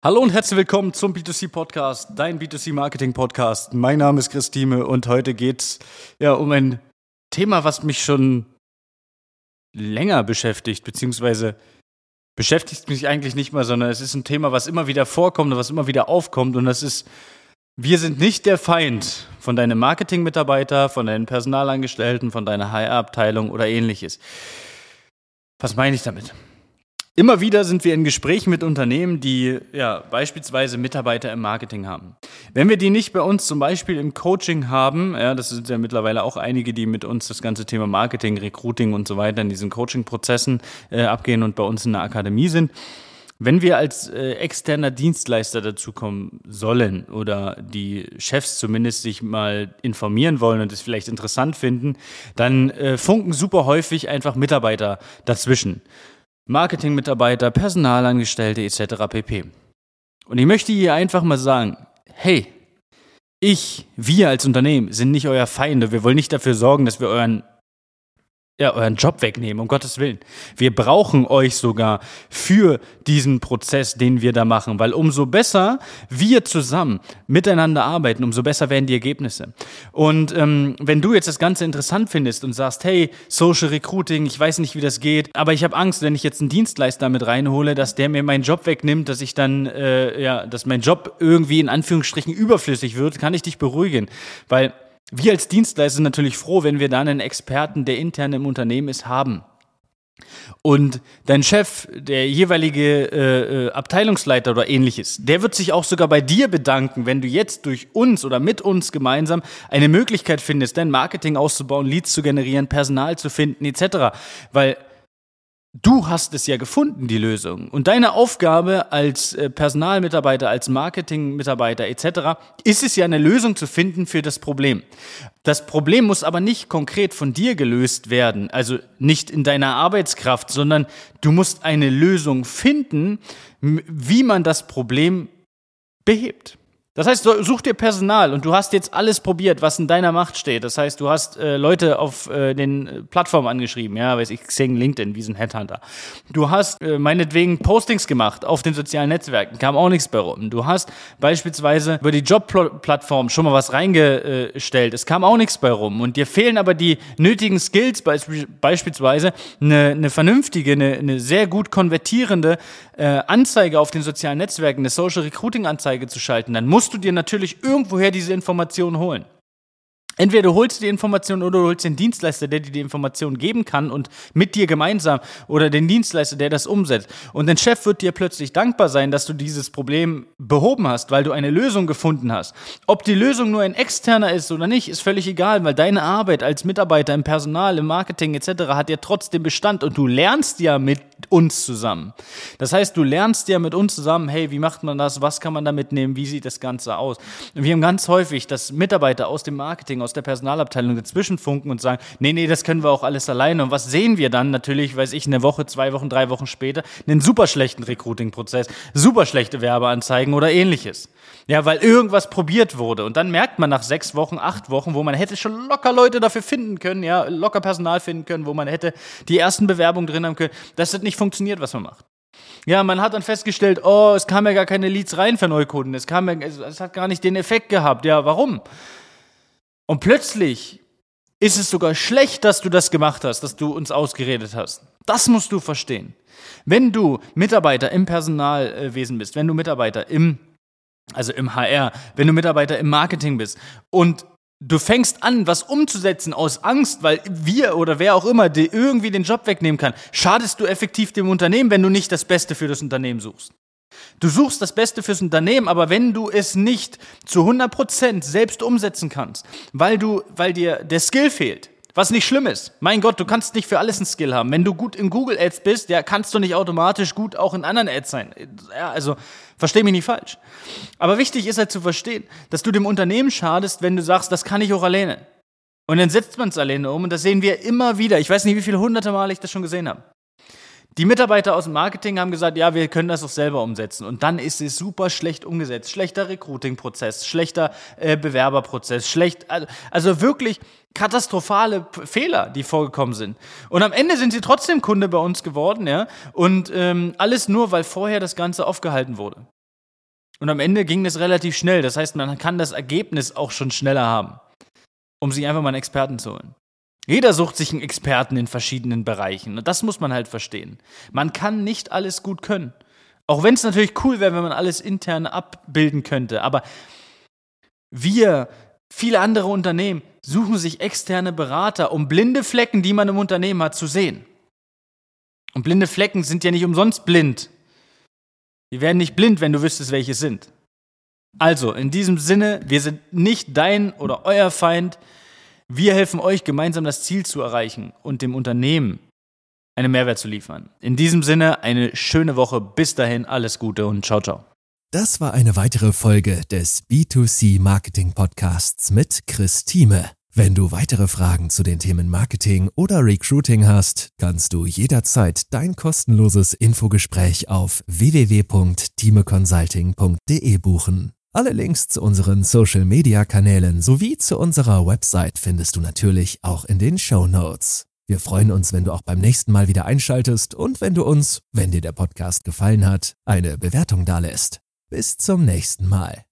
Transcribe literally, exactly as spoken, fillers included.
Hallo und herzlich willkommen zum B zwei C Podcast, dein B zwei C Marketing Podcast. Mein Name ist Chris Thieme und heute geht's ja um ein Thema, was mich schon länger beschäftigt, beziehungsweise beschäftigt mich eigentlich nicht mal, sondern es ist ein Thema, was immer wieder vorkommt und was immer wieder aufkommt, und das ist: Wir sind nicht der Feind von deinem Marketingmitarbeiter, von deinen Personalangestellten, von deiner H R-Abteilung oder ähnliches. Was meine ich damit? Immer wieder sind wir in Gesprächen mit Unternehmen, die ja beispielsweise Mitarbeiter im Marketing haben. Wenn wir die nicht bei uns zum Beispiel im Coaching haben, ja, das sind ja mittlerweile auch einige, die mit uns das ganze Thema Marketing, Recruiting und so weiter in diesen Coaching-Prozessen äh, abgehen und bei uns in der Akademie sind. Wenn wir als äh, externer Dienstleister dazukommen sollen oder die Chefs zumindest sich mal informieren wollen und es vielleicht interessant finden, dann äh, funken super häufig einfach Mitarbeiter dazwischen. Marketingmitarbeiter, Personalangestellte et cetera pp. Und ich möchte hier einfach mal sagen: Hey, ich, wir als Unternehmen sind nicht euer Feinde. Wir wollen nicht dafür sorgen, dass wir euren Ja, euren Job wegnehmen, um Gottes Willen. Wir brauchen euch sogar für diesen Prozess, den wir da machen, weil umso besser wir zusammen miteinander arbeiten, umso besser werden die Ergebnisse. Und ähm, wenn du jetzt das Ganze interessant findest und sagst: Hey, Social Recruiting, ich weiß nicht, wie das geht, aber ich habe Angst, wenn ich jetzt einen Dienstleister mit reinhole, dass der mir meinen Job wegnimmt, dass ich dann, äh, ja, dass mein Job irgendwie in Anführungsstrichen überflüssig wird, kann ich dich beruhigen, weil wir als Dienstleister sind natürlich froh, wenn wir da einen Experten, der intern im Unternehmen ist, haben. Und dein Chef, der jeweilige äh, Abteilungsleiter oder ähnliches, der wird sich auch sogar bei dir bedanken, wenn du jetzt durch uns oder mit uns gemeinsam eine Möglichkeit findest, dein Marketing auszubauen, Leads zu generieren, Personal zu finden et cetera. Weil du hast es ja gefunden, die Lösung. Und deine Aufgabe als äh, Personalmitarbeiter, als Marketingmitarbeiter et cetera ist es ja, eine Lösung zu finden für das Problem. Das Problem muss aber nicht konkret von dir gelöst werden, also nicht in deiner Arbeitskraft, sondern du musst eine Lösung finden, wie man das Problem behebt. Das heißt, such dir Personal und du hast jetzt alles probiert, was in deiner Macht steht. Das heißt, du hast äh, Leute auf äh, den Plattformen angeschrieben, ja, weiß ich, Xing, LinkedIn, wie so ein Headhunter. Du hast äh, meinetwegen Postings gemacht auf den sozialen Netzwerken, kam auch nichts bei rum. Du hast beispielsweise über die Jobplattform schon mal was reingestellt, es kam auch nichts bei rum. Und dir fehlen aber die nötigen Skills, beisp- beispielsweise eine, eine vernünftige, eine, eine sehr gut konvertierende äh, Anzeige auf den sozialen Netzwerken, eine Social Recruiting Anzeige zu schalten. Dann musst du dir natürlich irgendwoher diese Informationen holen. Entweder du holst die Informationen oder du holst den Dienstleister, der dir die Informationen geben kann und mit dir gemeinsam, oder den Dienstleister, der das umsetzt. Und dein Chef wird dir plötzlich dankbar sein, dass du dieses Problem behoben hast, weil du eine Lösung gefunden hast. Ob die Lösung nur ein externer ist oder nicht, ist völlig egal, weil deine Arbeit als Mitarbeiter im Personal, im Marketing et cetera hat ja trotzdem Bestand und du lernst ja mit uns zusammen. Das heißt, du lernst ja mit uns zusammen: Hey, wie macht man das, was kann man da mitnehmen, wie sieht das Ganze aus? Und wir haben ganz häufig, dass Mitarbeiter aus dem Marketing, aus der Personalabteilung dazwischen funken und sagen: Nee, nee, das können wir auch alles alleine. Und was sehen wir dann? Natürlich, weiß ich, eine Woche, zwei Wochen, drei Wochen später einen super schlechten Recruiting-Prozess, super schlechte Werbeanzeigen oder ähnliches. Ja, weil irgendwas probiert wurde. Und dann merkt man nach sechs Wochen, acht Wochen, wo man hätte schon locker Leute dafür finden können, ja, locker Personal finden können, wo man hätte die ersten Bewerbungen drin haben können, dass das nicht funktioniert, was man macht. Ja, man hat dann festgestellt: Oh, es kamen ja gar keine Leads rein für Neukunden, es kam ja, es hat gar nicht den Effekt gehabt. Ja, warum? Und plötzlich ist es sogar schlecht, dass du das gemacht hast, dass du uns ausgeredet hast. Das musst du verstehen. Wenn du Mitarbeiter im Personalwesen bist, wenn du Mitarbeiter im, also im H R, wenn du Mitarbeiter im Marketing bist und du fängst an, was umzusetzen aus Angst, weil wir oder wer auch immer dir irgendwie den Job wegnehmen kann, schadest du effektiv dem Unternehmen, wenn du nicht das Beste für das Unternehmen suchst. Du suchst das Beste fürs Unternehmen, aber wenn du es nicht zu hundert Prozent selbst umsetzen kannst, weil du, weil dir der Skill fehlt, was nicht schlimm ist. Mein Gott, du kannst nicht für alles einen Skill haben. Wenn du gut in Google Ads bist, ja, kannst du nicht automatisch gut auch in anderen Ads sein. Ja, also, versteh mich nicht falsch. Aber wichtig ist halt zu verstehen, dass du dem Unternehmen schadest, wenn du sagst: Das kann ich auch alleine. Und dann setzt man es alleine um, und das sehen wir immer wieder. Ich weiß nicht, wie viele hunderte Mal ich das schon gesehen habe. Die Mitarbeiter aus dem Marketing haben gesagt: Ja, wir können das auch selber umsetzen. Und dann ist es super schlecht umgesetzt. Schlechter Recruiting-Prozess, schlechter äh, Bewerberprozess, schlecht, also, also wirklich katastrophale P- Fehler, die vorgekommen sind. Und am Ende sind sie trotzdem Kunde bei uns geworden, ja. Und ähm, alles nur, weil vorher das Ganze aufgehalten wurde. Und am Ende ging das relativ schnell. Das heißt, man kann das Ergebnis auch schon schneller haben, um sich einfach mal einen Experten zu holen. Jeder sucht sich einen Experten in verschiedenen Bereichen. Und das muss man halt verstehen. Man kann nicht alles gut können. Auch wenn es natürlich cool wäre, wenn man alles intern abbilden könnte. Aber wir, viele andere Unternehmen, suchen sich externe Berater, um blinde Flecken, die man im Unternehmen hat, zu sehen. Und blinde Flecken sind ja nicht umsonst blind. Die werden nicht blind, wenn du wüsstest, welche es sind. Also, in diesem Sinne, wir sind nicht dein oder euer Feind. Wir helfen euch, gemeinsam das Ziel zu erreichen und dem Unternehmen einen Mehrwert zu liefern. In diesem Sinne, eine schöne Woche. Bis dahin, alles Gute und ciao, ciao. Das war eine weitere Folge des B zwei C Marketing Podcasts mit Chris Thieme. Wenn du weitere Fragen zu den Themen Marketing oder Recruiting hast, kannst du jederzeit dein kostenloses Infogespräch auf w w w punkt thieme consulting punkt d e buchen. Alle Links zu unseren Social-Media-Kanälen sowie zu unserer Website findest du natürlich auch in den Shownotes. Wir freuen uns, wenn du auch beim nächsten Mal wieder einschaltest und wenn du uns, wenn dir der Podcast gefallen hat, eine Bewertung dalässt. Bis zum nächsten Mal.